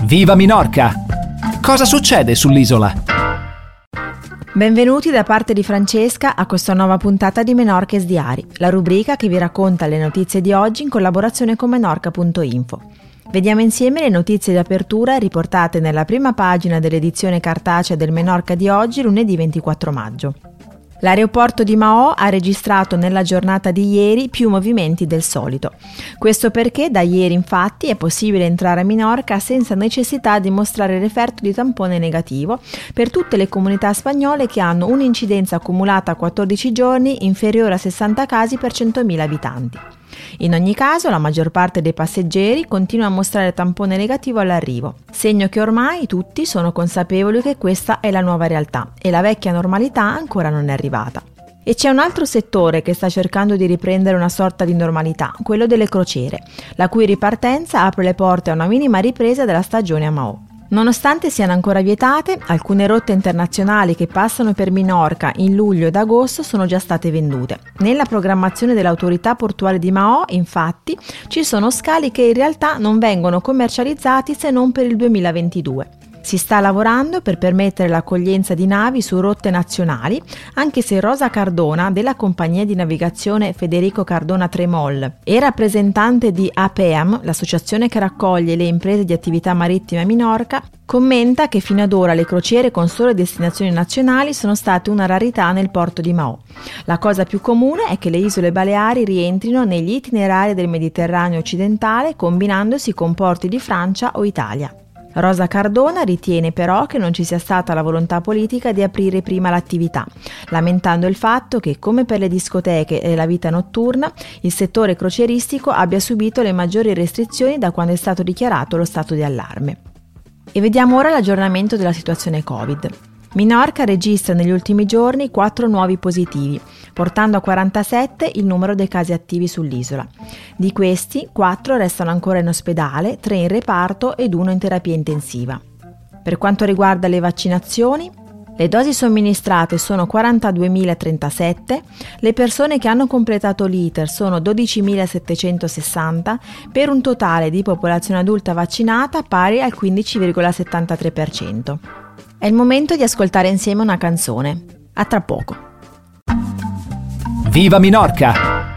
Viva Minorca! Cosa succede sull'isola? Benvenuti da parte di Francesca a questa nuova puntata di Menorca's Diari, la rubrica che vi racconta le notizie di oggi in collaborazione con Menorca.info. Vediamo insieme le notizie di apertura riportate nella prima pagina dell'edizione cartacea del Menorca di oggi, lunedì 24 maggio. L'aeroporto di Mahò ha registrato nella giornata di ieri più movimenti del solito. Questo perché da ieri infatti è possibile entrare a Minorca senza necessità di mostrare referto di tampone negativo per tutte le comunità spagnole che hanno un'incidenza accumulata a 14 giorni inferiore a 60 casi per 100.000 abitanti. In ogni caso, la maggior parte dei passeggeri continua a mostrare tampone negativo all'arrivo, segno che ormai tutti sono consapevoli che questa è la nuova realtà e la vecchia normalità ancora non è arrivata. E c'è un altro settore che sta cercando di riprendere una sorta di normalità, quello delle crociere, la cui ripartenza apre le porte a una minima ripresa della stagione a Mahò. Nonostante siano ancora vietate, alcune rotte internazionali che passano per Minorca in luglio ed agosto sono già state vendute. Nella programmazione dell'autorità portuale di Mahò, infatti, ci sono scali che in realtà non vengono commercializzati se non per il 2022. Si sta lavorando per permettere l'accoglienza di navi su rotte nazionali, anche se Rosa Cardona, della compagnia di navigazione Federico Cardona Tremol e rappresentante di APEAM, l'associazione che raccoglie le imprese di attività marittima a Minorca, commenta che fino ad ora le crociere con sole destinazioni nazionali sono state una rarità nel porto di Mahò. La cosa più comune è che le isole Baleari rientrino negli itinerari del Mediterraneo occidentale combinandosi con porti di Francia o Italia. Rosa Cardona ritiene però che non ci sia stata la volontà politica di aprire prima l'attività, lamentando il fatto che, come per le discoteche e la vita notturna, il settore crocieristico abbia subito le maggiori restrizioni da quando è stato dichiarato lo stato di allarme. E vediamo ora l'aggiornamento della situazione Covid. Minorca registra negli ultimi giorni 4 nuovi positivi, portando a 47 il numero dei casi attivi sull'isola. Di questi, 4 restano ancora in ospedale, 3 in reparto ed 1 in terapia intensiva. Per quanto riguarda le vaccinazioni, le dosi somministrate sono 42.037, le persone che hanno completato l'iter sono 12.760, per un totale di popolazione adulta vaccinata pari al 15,73%. È il momento di ascoltare insieme una canzone. A tra poco. Viva Minorca!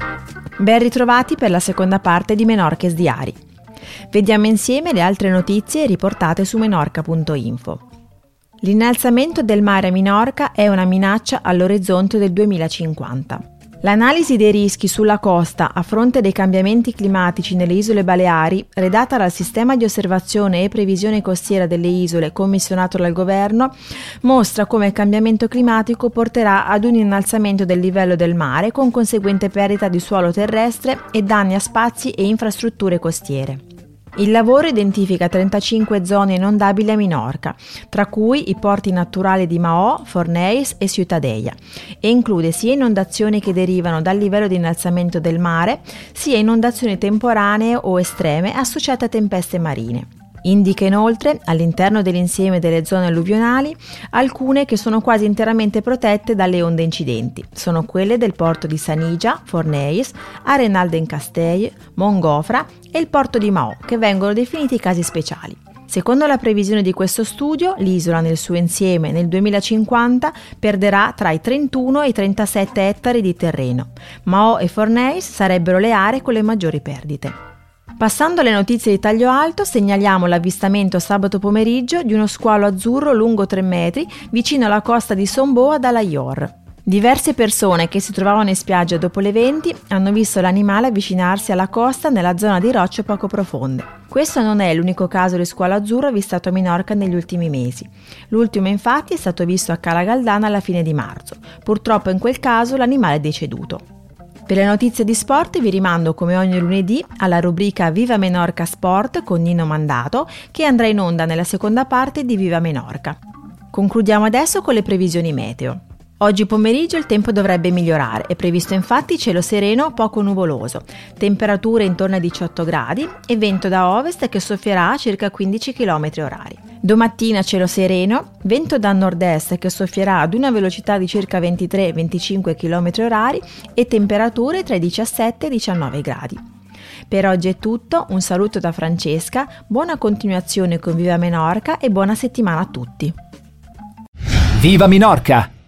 Ben ritrovati per la seconda parte di Menorca's Diari. Vediamo insieme le altre notizie riportate su Menorca.info. L'innalzamento del mare a Minorca è una minaccia all'orizzonte del 2050. L'analisi dei rischi sulla costa a fronte dei cambiamenti climatici nelle isole Baleari, redatta dal Sistema di Osservazione e Previsione Costiera delle Isole commissionato dal governo, mostra come il cambiamento climatico porterà ad un innalzamento del livello del mare con conseguente perdita di suolo terrestre e danni a spazi e infrastrutture costiere. Il lavoro identifica 35 zone inondabili a Minorca, tra cui i porti naturali di Mahò, Fornells e Ciutadella, e include sia inondazioni che derivano dal livello di innalzamento del mare, sia inondazioni temporanee o estreme associate a tempeste marine. Indica inoltre, all'interno dell'insieme delle zone alluvionali, alcune che sono quasi interamente protette dalle onde incidenti. Sono quelle del porto di Sanigia, Fornells, Arenal den Castell, Mongofra e il porto di Mahò, che vengono definiti casi speciali. Secondo la previsione di questo studio, l'isola nel suo insieme nel 2050 perderà tra i 31 e i 37 ettari di terreno. Mahò e Fornells sarebbero le aree con le maggiori perdite. Passando alle notizie di taglio alto, segnaliamo l'avvistamento sabato pomeriggio di uno squalo azzurro lungo 3 metri vicino alla costa di Sombo ad Alaior. Diverse persone che si trovavano in spiaggia dopo le 20 hanno visto l'animale avvicinarsi alla costa nella zona di rocce poco profonde. Questo non è l'unico caso di squalo azzurro avvistato a Minorca negli ultimi mesi. L'ultimo infatti è stato visto a Cala Galdana alla fine di marzo. Purtroppo in quel caso l'animale è deceduto. Per le notizie di sport vi rimando come ogni lunedì alla rubrica Viva Menorca Sport con Nino Mandato, che andrà in onda nella seconda parte di Viva Menorca. Concludiamo adesso con le previsioni meteo. Oggi pomeriggio il tempo dovrebbe migliorare, è previsto infatti cielo sereno poco nuvoloso, temperature intorno ai 18 gradi e vento da ovest che soffierà a circa 15 km/h. Domattina cielo sereno, vento da nord-est che soffierà ad una velocità di circa 23-25 km/h e temperature tra i 17 e i 19 gradi. Per oggi è tutto, un saluto da Francesca, buona continuazione con Viva Menorca e buona settimana a tutti. Viva Minorca!